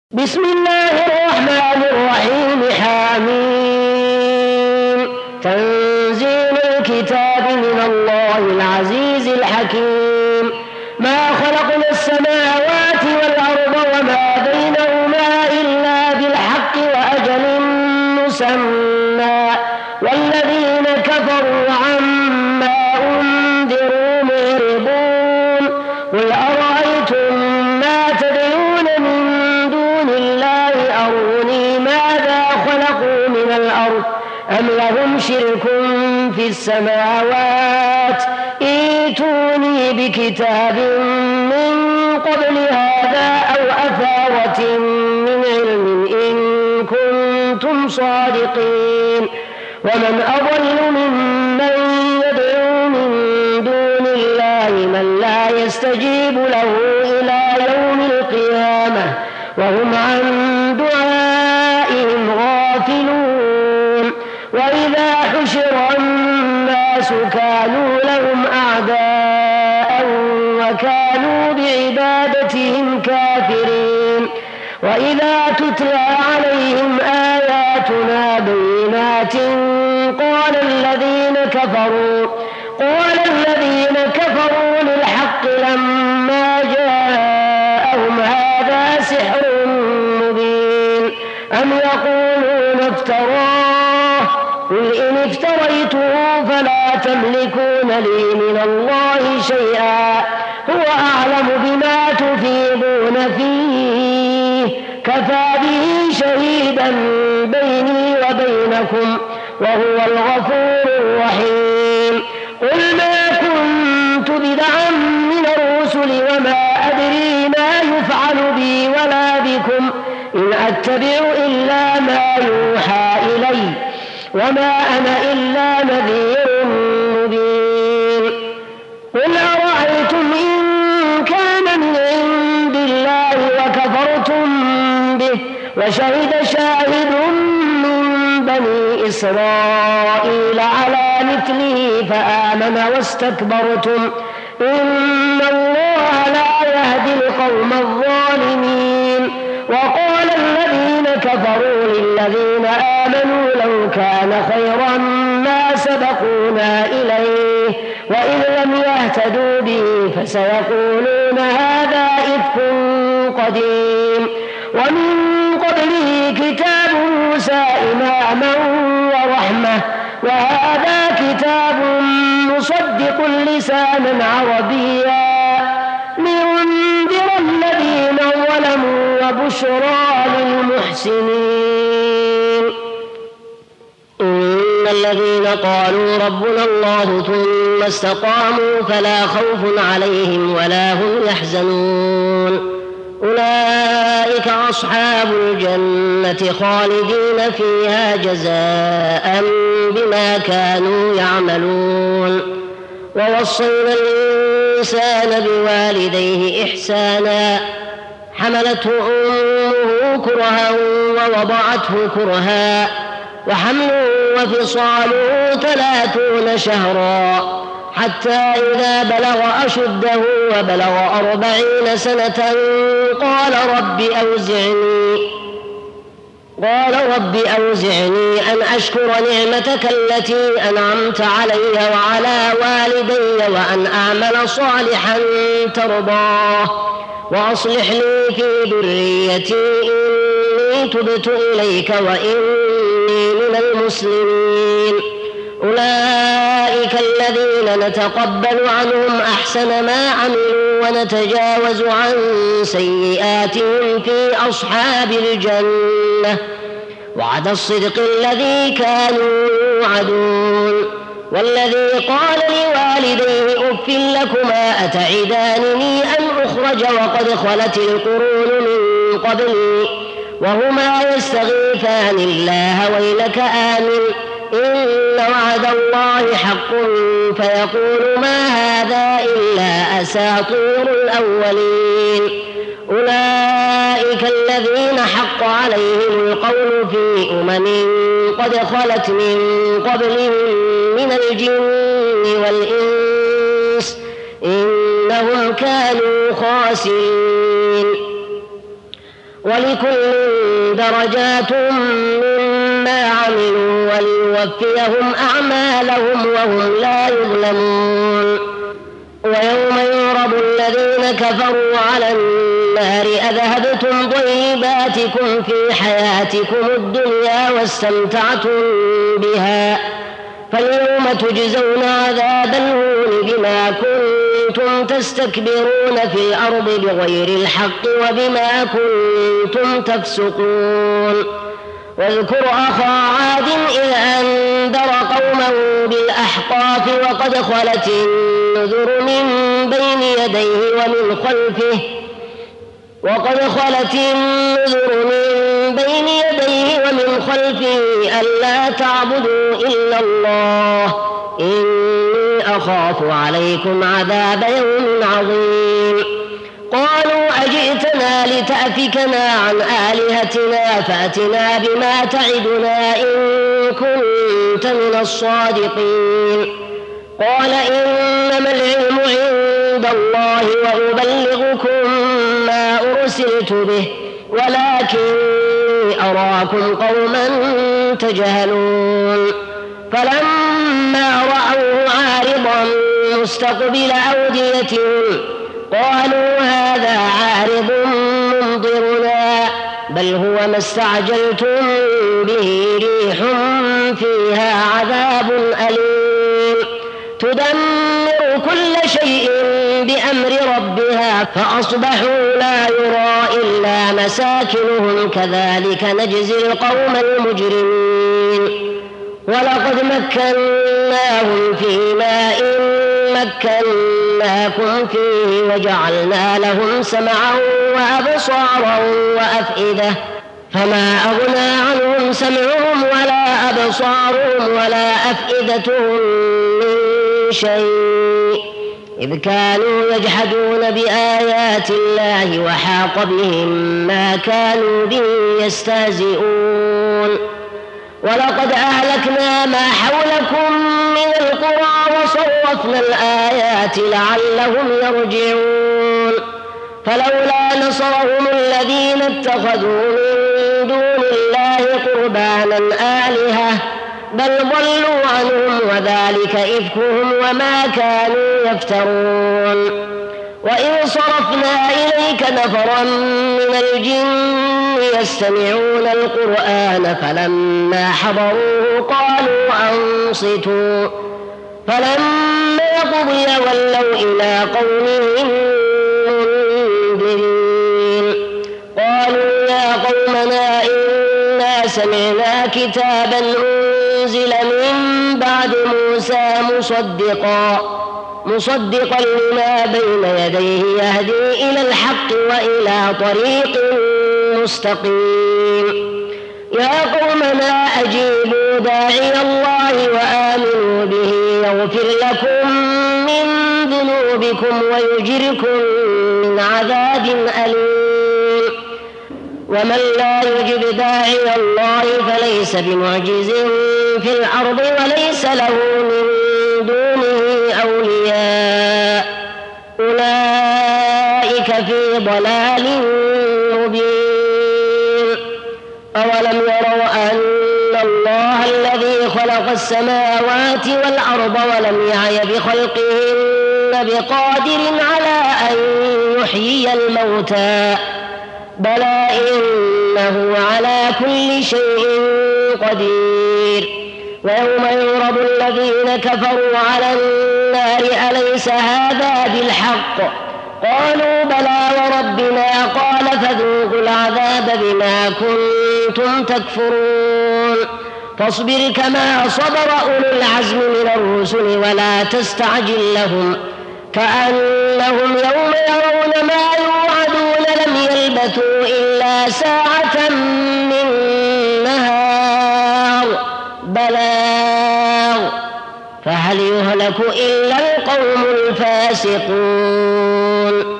بسم الله الرحمن الرحيم. حميم. تنزيل الكتاب من الله العزيز الحكيم. ما خلقنا السماوات والأرض وما بينهما إلا بالحق وأجل مسمى والذين كفروا عما أنذروا معرضون. قل أرأيتم ما تدعون من دون الله أروني ماذا خلقوا من الأرض أم لهم شرك في السماوات ائتوني بكتاب من قبل هذا أو أثارة من علم إن كنتم صادقين. ومن أضل ممن يدعو من دون الله من لا يستجيب له إلى يوم القيامة وهم عن دعائهم غافلون. وإذا حشر الناس كانوا لهم أعداء وكانوا بعبادتهم كافرين. وإذا تتلى عليهم آياتنا بينات قال الذين كفروا للحق لما جاءهم هذا سحر مبين أم يقولون افتراه قل إن افتريته فلا تملكون لي من الله شيئا هو أعلم بما تفيضون فيه كفى به شهيدا بيني وبينكم وهو الغفور الرحيم. قل ما كنت بدعا من الرسل وما أدري ما يفعل بي ولا بكم إن أتبع إلا ما يوحى إلي وما أنا إلا نذير مبين. قل أرأيتم إن كان من عند الله وكفرتم به وشهد شاهد من بني إسرائيل على مثله فآمن واستكبرتم إن الله لا يهدي القوم الظالمين. وقال الذين كفروا للذين آمنوا لو كان خيرا ما سبقونا إليه وإن لم يهتدوا به فسيقولون هذا إفك قديم. ومن قبله كتاب موسى إماما ورحمة وهذا كتاب مصدق لسانا عربيا لينذر الذين ظلموا وبشرى للمحسنين. إن الذين قالوا ربنا الله ثم استقاموا فلا خوف عليهم ولا هم يحزنون أولئك أصحاب الجنة خالدين فيها جزاء بما كانوا يعملون. ووصينا الإنسان بوالديه إحسانا حملته أمه كرها ووضعته كرها وحمله وفصاله 30 شهرا حتى إذا بلغ أشده وبلغ 40 سنة قال رب أوزعني أن أشكر نعمتك التي أنعمت علي وعلى والدي وأن أعمل صالحا ترضاه وأصلح لي في ذريتي إني تبت إليك وإني من المسلمين. أولئك الذين نتقبل عنهم أحسن ما عملوا ونتجاوز عن سيئاتهم في أصحاب الجنة وعد الصدق الذي كانوا يوعدون. والذي قال لوالديه أف لكما أتعدانني أن أخرج وقد خلت القرون من قبلي وهما يستغيثان الله ويلك آمن إن وعد الله حق فيقول ما هذا إلا أساطير الأولين. أولئك الذين حق عليهم القول في قد خلت من قبلهم من الجن والإنس إنهم كانوا خاسرين. ولكل درجات مما عملوا وليوفيهم أعمالهم وهم لا يظلمون. ويوم يعرض الذين كفروا على النار أذهبتم طيباتكم في حياتكم الدنيا واستمتعتم بها فاليوم تجزون عذاب الهون بما كنتم تستكبرون في الأرض بغير الحق وبما كنتم تفسقون. واذكر أخا عاد إذ أنذر قومه بالأحقاف وقد خلت النذر من بين يديه ومن خلفه ألا تعبدوا إلا الله إني أخاف عليكم عذاب يوم عظيم. قالوا أجئتنا لتأفكنا عن آلهتنا فأتنا بما تعدنا إن كنت من الصادقين. قال إنما العلم عند الله وأبلغكم ما أرسلت به ولكني أراكم قوما تجهلون. فلما رأوه عارضا مستقبل أوديتهم قالوا هذا عارض ممطرنا بل هو ما استعجلتم به ريح فيها عذاب أليم تدمر كل شيء بأمر ربها فأصبحوا لا يرى إلا مساكنهم كذلك نجزي القوم المجرمين. ولقد مكناهم في ماء مكناكم فيه وجعلنا لهم سمعا وأبصارا وأفئدة فما أغنى عنهم سمعهم ولا أبصارهم ولا أفئدتهم من شيء إذ كانوا يجحدون بآيات الله وحاق بهم ما كانوا به يستهزئون. ولقد أهلكنا ما حولكم من القرى وصرفنا الآيات لعلهم يرجعون. فلولا نصرهم الذين اتخذوا من دون الله قربانا آلهة بل ضلوا عنهم وذلك إفكهم وما كانوا يفترون. وإذ صرفنا إليك نفرا من الجن يستمعون القرآن فلما حضروه قالوا أنصتوا فلما قضي ولوا إلى قومهم منذرين. قالوا يا قومنا إنا سمعنا كتابا أنزل من بعد موسى مصدقا لما بين يديه يهدي إلى الحق وإلى طريق مستقيم. يا قومنا أجيبوا داعي الله وآمنوا به يغفر لكم من ذنوبكم ويجركم من عذاب أليم. ومن لا يجب داعي الله فليس بمعجز في الأرض وليس له من دونه أولياء أولئك في ضلال مبين. أولم يروا أن الله الذي خلق السماوات والأرض ولم يعي بخلقهن بقادر على أن يحيي الموتى بلى إنه على كل شيء قدير. ويوم يعرض الذين كفروا على النار أليس هذا بالحق قالوا بلى وربنا قال فذوقوا العذاب بما كنتم تكفرون. فاصبر كما صبر أولو العزم من الرسل ولا تستعجل لهم كأنهم يوم يرون ما يوعدون لم يلبثوا إلا ساعة من نهار بلاغ فهل يهلك إلا القوم الفاسقون.